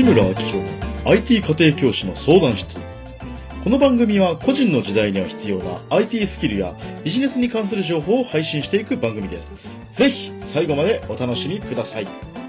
村明宏の IT 家庭教師の相談室。この番組は個人の時代には必要な IT スキルやビジネスに関する情報を配信していく番組です。ぜひ最後までお楽しみください。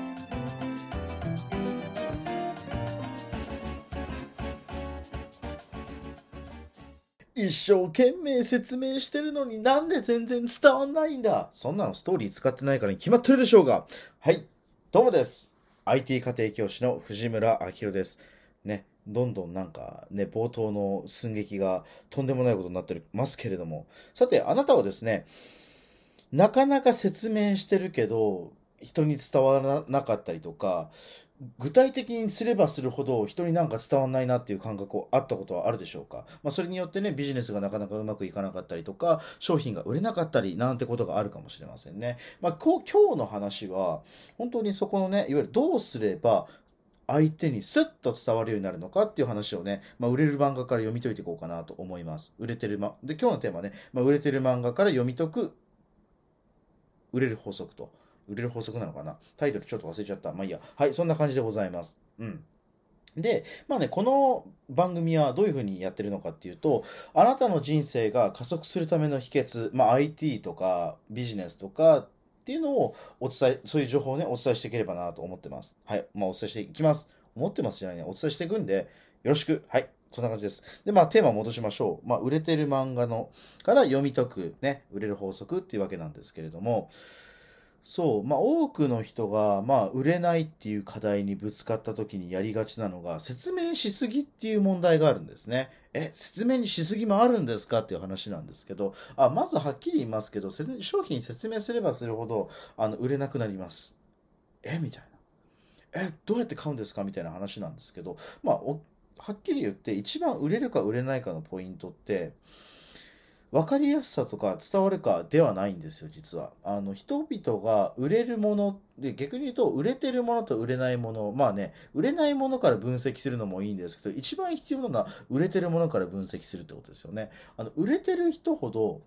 一生懸命説明してるのになんで全然伝わんないんだ。そんなのストーリー使ってないからに決まってるでしょうが。はい、どうもです。IT 家庭教師の藤村明宏です。ね、どんどんなんかね、冒頭の寸劇がとんでもないことになってますけれども。さて、あなたはですね、なかなか説明してるけど、人に伝わらなかったりとか、具体的にすればするほど人になんか伝わんないなっていう感覚をあったことはあるでしょうか。それによってね、ビジネスがなかなかうまくいかなかったりとか、商品が売れなかったりなんてことがあるかもしれませんね。今日の話は、本当にそこのね、いわゆるどうすれば相手にスッと伝わるようになるのかっていう話をね、売れる漫画から読み解いていこうかなと思います。で、今日のテーマはね、売れてる漫画から読み解く売れる法則と。売れる法則なのかな、タイトルちょっと忘れちゃった。いいや。はい、そんな感じでございます。で、この番組はどういうふうにやってるのかっていうと、あなたの人生が加速するための秘訣、IT とかビジネスとかっていうのをそういう情報をね、お伝えしていければなと思ってます。はい、お伝えしていきます。思ってますじゃないね。お伝えしていくんで、よろしく。はい。そんな感じです。で、テーマを戻しましょう。売れてる漫画から読み解くね、売れる法則っていうわけなんですけれども、そう、多くの人が、売れないっていう課題にぶつかった時にやりがちなのが、説明しすぎっていう問題があるんですね。説明にしすぎもあるんですかっていう話なんですけど、まずはっきり言いますけど、商品説明すればするほど、売れなくなります。みたいな。どうやって買うんですかみたいな話なんですけど、はっきり言って、一番売れるか売れないかのポイントって、分かりやすさとか伝わるかではないんですよ、実は。人々が売れるもので、逆に言うと、売れてるものと売れないもの、売れないものから分析するのもいいんですけど、一番必要なのは、売れてるものから分析するってことですよね。売れてる人ほど、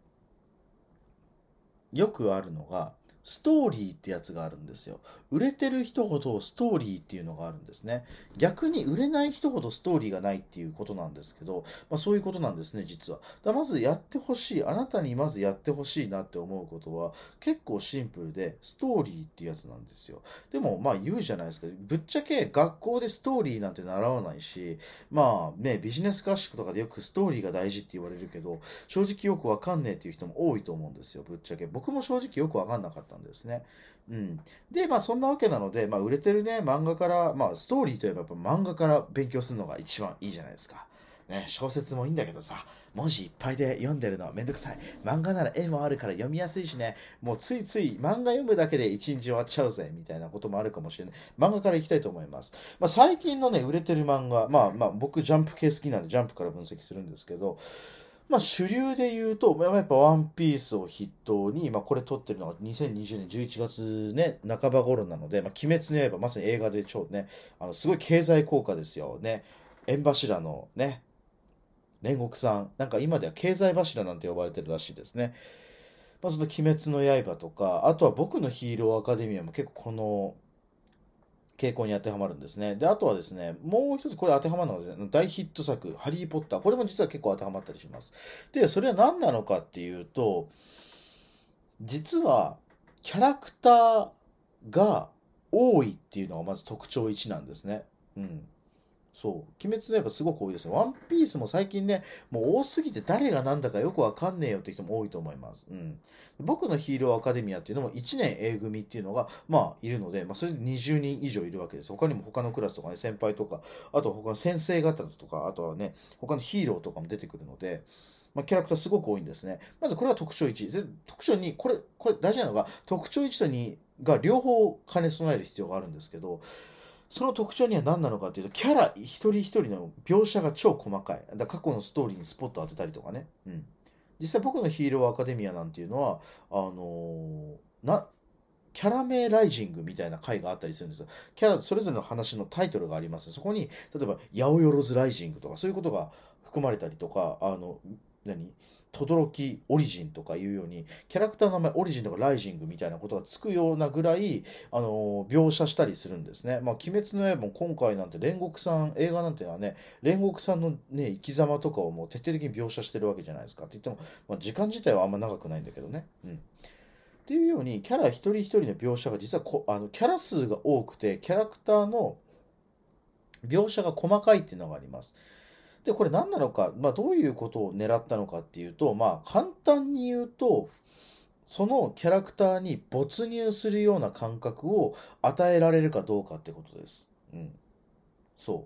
よくあるのが、ストーリーってやつがあるんですよ。売れてる人ほどストーリーっていうのがあるんですね。逆に売れない人ほどストーリーがないっていうことなんですけど、そういうことなんですね、実は。まずやってほしい、あなたにまずやってほしいなって思うことは、結構シンプルで、ストーリーっていうやつなんですよ。でも、言うじゃないですか。ぶっちゃけ学校でストーリーなんて習わないし、ビジネス合宿とかでよくストーリーが大事って言われるけど、正直よくわかんねえっていう人も多いと思うんですよ、ぶっちゃけ。僕も正直よくわかんなかったんですね。で、そんなわけなので、売れてるね、漫画から、ストーリーといえばやっぱ漫画から勉強するのが一番いいじゃないですか。ね、小説もいいんだけどさ、文字いっぱいで読んでるのはめんどくさい。漫画なら絵もあるから読みやすいしね、もうついつい漫画読むだけで一日終わっちゃうぜ、みたいなこともあるかもしれない。漫画からいきたいと思います。最近のね、売れてる漫画、僕ジャンプ系好きなんでジャンプから分析するんですけど、主流で言うと、やっぱワンピースを筆頭に、これ撮ってるのが2020年11月ね、半ば頃なので、鬼滅の刃、まさに映画で超ね、すごい経済効果ですよね。縁柱のね、煉獄さん、なんか今では経済柱なんて呼ばれてるらしいですね。その鬼滅の刃とか、あとは僕のヒーローアカデミアも結構この傾向に当てはまるんですね。で、あとはですね、もう一つこれ当てはまるのはですね、大ヒット作、ハリー・ポッター。これも実は結構当てはまったりします。で、それは何なのかっていうと、実はキャラクターが多いっていうのがまず特徴1なんですね。そう。鬼滅の刃すごく多いですよ。ワンピースも最近ね、もう多すぎて誰が何だかよくわかんねえよって人も多いと思います。僕のヒーローアカデミアっていうのも1年 A 組っていうのが、いるので、それで20人以上いるわけです。他にも他のクラスとかね、先輩とか、あと他の先生方とか、あとはね、他のヒーローとかも出てくるので、キャラクターすごく多いんですね。まずこれは特徴1。で特徴2、これ大事なのが、特徴1と2が両方兼ね備える必要があるんですけど、その特徴には何なのかっていうと、キャラ一人一人の描写が超細かい。過去のストーリーにスポット当てたりとかね。実際僕のヒーローアカデミアなんていうのは、キャラ名ライジングみたいな回があったりするんですよ。キャラ、それぞれの話のタイトルがあります。そこに、例えば、八百万ライジングとか、そういうことが含まれたりとか、 轟オリジンとかいうように、キャラクターの名前オリジンとかライジングみたいなことがつくようなぐらい、描写したりするんですね。まあ、鬼滅の刃も今回なんて煉獄さん、映画なんてのはね、煉獄さんのね、生き様とかをもう徹底的に描写してるわけじゃないですか。って言っても、まあ、時間自体はあんま長くないんだけどね。うん。っていうように、キャラ一人一人の描写が実はキャラ数が多くて、キャラクターの描写が細かいっていうのがあります。で、これ何なのか、まあ、どういうことを狙ったのかっていうと、まあ、簡単に言うと、そのキャラクターに没入するような感覚を与えられるかどうかってことです。うん。そう。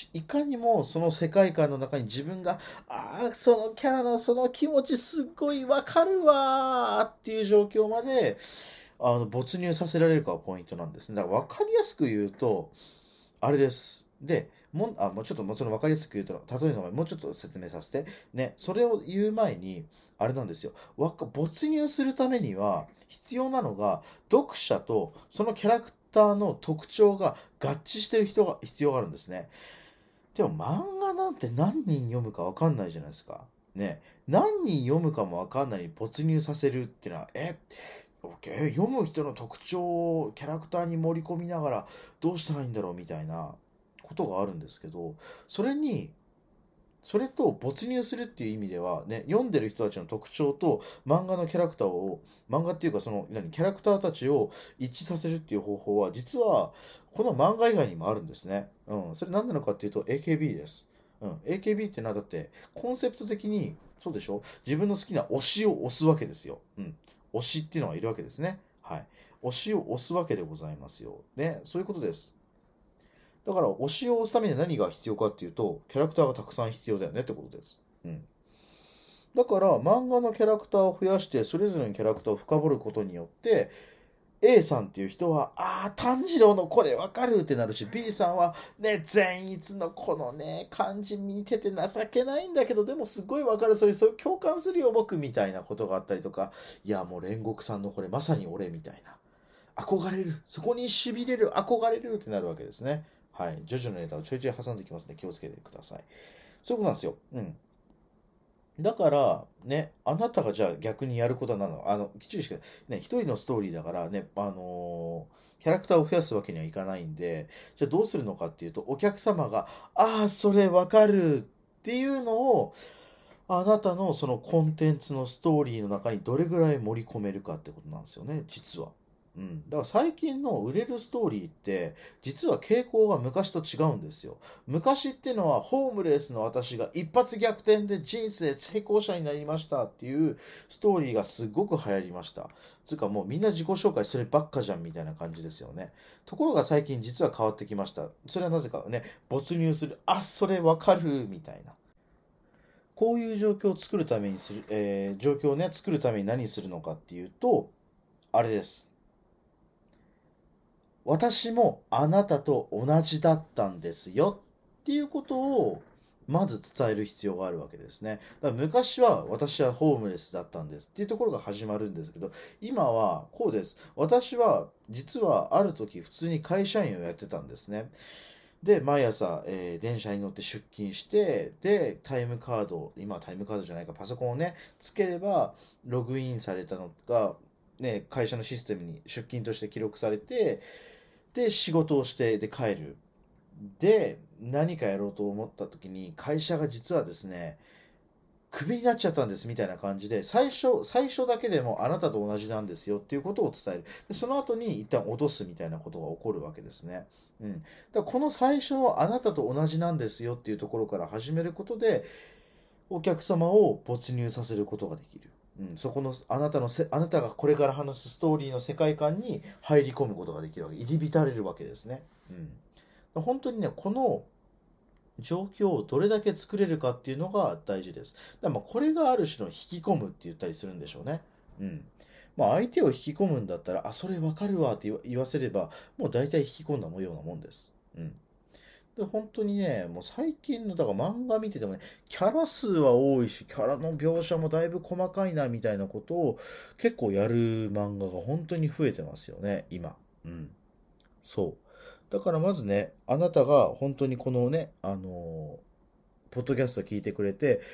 いかにもその世界観の中に自分が、そのキャラのその気持ちすっごいわかるわーっていう状況まで、没入させられるかがポイントなんですね。だから分かりやすく言うと、あれです。で、もうちょっとその分かりやすく言うと、例えばもうちょっと説明させて。ね、それを言う前に、あれなんですよ。没入するためには、必要なのが、読者とそのキャラクターの特徴が合致してる人が必要があるんですね。でも漫画なんて何人読むか分かんないじゃないですか。ね、何人読むかも分かんないに没入させるっていうのは、読む人の特徴をキャラクターに盛り込みながらどうしたらいいんだろうみたいなことがあるんですけど、それと没入するっていう意味ではね、読んでる人たちの特徴と漫画のキャラクターを、漫画っていうかその、キャラクターたちを一致させるっていう方法は、実はこの漫画以外にもあるんですね。うん。それ何なのかっていうと AKB です。うん。AKB ってのはだって、コンセプト的に、そうでしょ、自分の好きな推しを推すわけですよ。うん。推しっていうのがいるわけですね。はい。推しを推すわけでございますよ。ね。そういうことです。だから、推しを押すためには何が必要かっていうと、キャラクターがたくさん必要だよねってことです。うん。だから、漫画のキャラクターを増やして、それぞれのキャラクターを深掘ることによって、A さんっていう人は、炭治郎のこれわかるってなるし、B さんは、ね、善逸のこのね、感じ見てて情けないんだけど、でもすごいわかる、そう共感するよ、僕、みたいなことがあったりとか、いや、もう煉獄さんのこれまさに俺、みたいな。憧れる。そこに痺れる。憧れるってなるわけですね。はい。ジョジョのネタをちょいちょい挟んできますので気をつけてください。そういうことなんですよ。うん。だから、ね、あなたがじゃあ逆にやることは何なの、きっちりしか、ね、一人のストーリーだからね、キャラクターを増やすわけにはいかないんで、じゃあどうするのかっていうと、お客様が、それわかるっていうのを、あなたのそのコンテンツのストーリーの中にどれぐらい盛り込めるかってことなんですよね、実は。うん。だから最近の売れるストーリーって、実は傾向が昔と違うんですよ。昔ってのは、ホームレスの私が一発逆転で人生成功者になりましたっていうストーリーがすごく流行りました。つうかもうみんな自己紹介そればっかじゃんみたいな感じですよね。ところが最近実は変わってきました。それはなぜかね、没入する。それわかるみたいな。こういう状況を作るためにする、状況をね、作るために何するのかっていうと、あれです。私もあなたと同じだったんですよっていうことをまず伝える必要があるわけですね。だから昔は私はホームレスだったんですっていうところが始まるんですけど、今はこうです。私は実はある時普通に会社員をやってたんですね。で、毎朝、電車に乗って出勤して、で、タイムカード、今はタイムカードじゃないか、パソコンをね、つければ、ログインされたのが、ね、会社のシステムに出勤として記録されて、で、仕事をして、で、帰る。で、何かやろうと思った時に、会社が実はですね、クビになっちゃったんですみたいな感じで、最初だけでもあなたと同じなんですよっていうことを伝える。で、その後に一旦脅すみたいなことが起こるわけですね。うん。だからこの最初のあなたと同じなんですよっていうところから始めることで、お客様を没入させることができる。うん、そこのあなたがこれから話すストーリーの世界観に入り込むことができるわけ、入り浸れるわけですね。うん。本当にね、この状況をどれだけ作れるかっていうのが大事です。だからまあこれがある種の引き込むって言ったりするんでしょうね。うん。まあ相手を引き込むんだったら、それわかるわって言わせれば、もう大体引き込んだようなもんです。うん。で、本当にね、もう最近の、だから漫画見ててもね、キャラ数は多いし、キャラの描写もだいぶ細かいな、みたいなことを結構やる漫画が本当に増えてますよね、今。うん。そう。だからまずね、あなたが本当にこのね、ポッドキャスト聞いてくれて、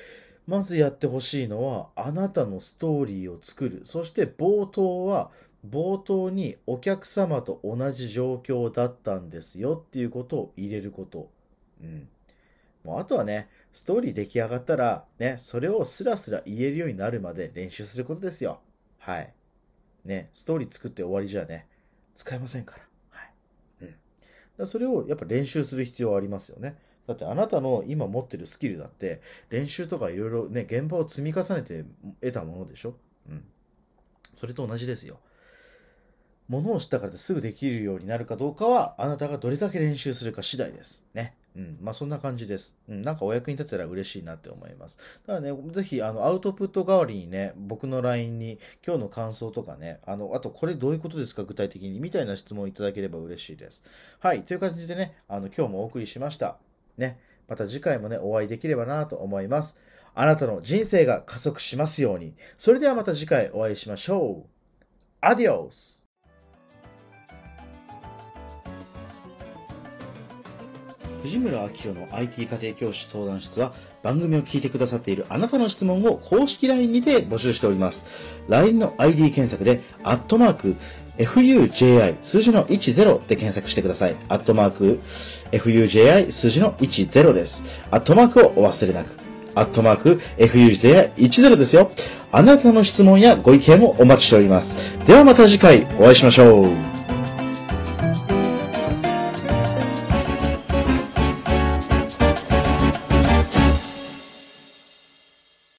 まずやってほしいのは、あなたのストーリーを作る。そして冒頭にお客様と同じ状況だったんですよっていうことを入れること。うん。もうあとはね、ストーリー出来上がったら、ね、それをスラスラ言えるようになるまで練習することですよ。はい。ね、ストーリー作って終わりじゃね、使えませんから。はい。うん。それをやっぱ練習する必要はありますよね。だってあなたの今持ってるスキルだって練習とかいろいろね、現場を積み重ねて得たものでしょ。うん。それと同じですよ。ものを知ったからってすぐできるようになるかどうかは、あなたがどれだけ練習するか次第です。ね。うん。まあ、そんな感じです。うん。なんかお役に立てたら嬉しいなって思います。だからね、ぜひ、アウトプット代わりにね、僕の LINE に今日の感想とかね、あとこれどういうことですか具体的にみたいな質問いただければ嬉しいです。はい。という感じでね、今日もお送りしました。ね。また次回もね、お会いできればなと思います。あなたの人生が加速しますように。それではまた次回お会いしましょう。アディオス。 藤村明宏の IT 家庭教師相談室は、番組を聞いてくださっているあなたの質問を公式 LINE にて募集しております。LINE の ID 検索で、@FUJI 数字の10で検索してください。@FUJI 数字の10です。アットマークをお忘れなく。@FUJI10ですよ。あなたの質問やご意見もお待ちしております。ではまた次回お会いしましょう。